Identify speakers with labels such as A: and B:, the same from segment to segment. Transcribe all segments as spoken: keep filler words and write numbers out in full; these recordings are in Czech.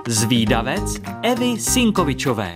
A: Zvídavec Evy Sinkovičové.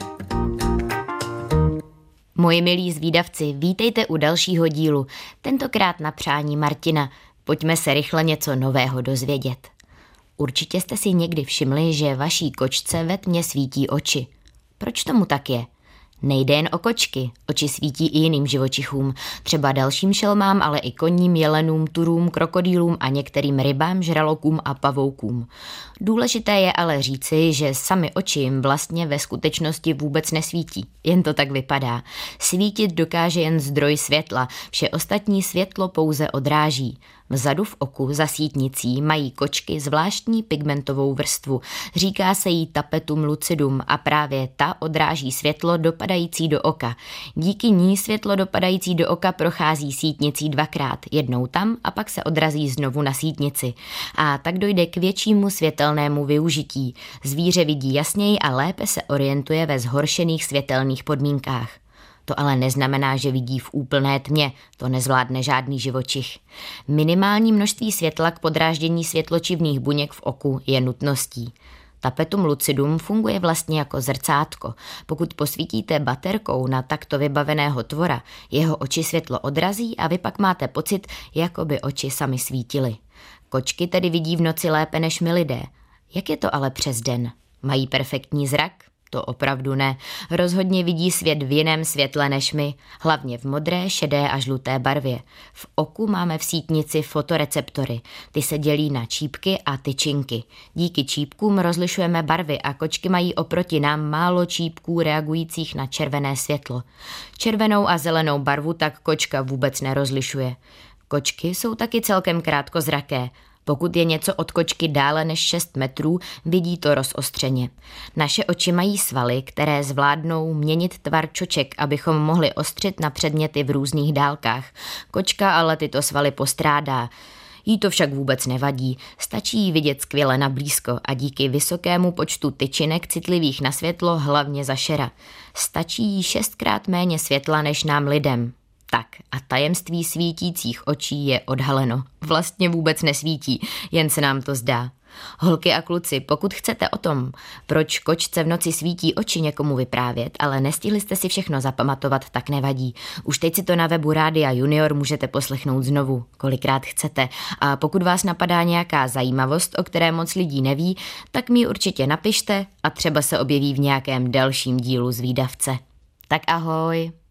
B: Moji milí zvídavci, vítejte u dalšího dílu, tentokrát na přání Martina. Pojďme se rychle něco nového dozvědět. Určitě jste si někdy všimli, že vaší kočce ve tmě svítí oči. Proč tomu tak je? Nejde jen o kočky, oči svítí i jiným živočichům, třeba dalším šelmám, ale i koním, jelenům, turům, krokodýlům a některým rybám, žralokům a pavoukům. Důležité je ale říci, že sami oči jim vlastně ve skutečnosti vůbec nesvítí, jen to tak vypadá. Svítit dokáže jen zdroj světla, vše ostatní světlo pouze odráží. Vzadu v oku za sítnicí mají kočky zvláštní pigmentovou vrstvu. Říká se jí tapetum lucidum a právě ta odráží světlo dopadající do oka. Díky ní světlo dopadající do oka prochází sítnicí dvakrát, jednou tam a pak se odrazí znovu na sítnici. A tak dojde k většímu světelnému využití. Zvíře vidí jasněji a lépe se orientuje ve zhoršených světelných podmínkách. To ale neznamená, že vidí v úplné tmě, to nezvládne žádný živočich. Minimální množství světla k podráždění světločivných buněk v oku je nutností. Tapetum lucidum funguje vlastně jako zrcátko. Pokud posvítíte baterkou na takto vybaveného tvora, jeho oči světlo odrazí a vy pak máte pocit, jako by oči sami svítily. Kočky tedy vidí v noci lépe než my lidé. Jak je to ale přes den? Mají perfektní zrak? To opravdu ne. Rozhodně vidí svět v jiném světle než my, hlavně v modré, šedé a žluté barvě. V oku máme v sítnici fotoreceptory. Ty se dělí na čípky a tyčinky. Díky čípkům rozlišujeme barvy a kočky mají oproti nám málo čípků reagujících na červené světlo. Červenou a zelenou barvu tak kočka vůbec nerozlišuje. Kočky jsou taky celkem krátkozraké. Pokud je něco od kočky dále než šest metrů, vidí to rozostřeně. Naše oči mají svaly, které zvládnou měnit tvar čoček, abychom mohli ostřit na předměty v různých dálkách. Kočka ale tyto svaly postrádá. Jí to však vůbec nevadí, stačí jí vidět skvěle na blízko a díky vysokému počtu tyčinek citlivých na světlo hlavně zašera. Stačí jí šestkrát méně světla než nám lidem. Tak a tajemství svítících očí je odhaleno. Vlastně vůbec nesvítí, jen se nám to zdá. Holky a kluci, pokud chcete o tom, proč kočce v noci svítí oči někomu vyprávět, ale nestihli jste si všechno zapamatovat, tak nevadí. Už teď si to na webu Rádia Junior můžete poslechnout znovu, kolikrát chcete. A pokud vás napadá nějaká zajímavost, o které moc lidí neví, tak mi ji určitě napište a třeba se objeví v nějakém dalším dílu Zvídavce. Tak ahoj!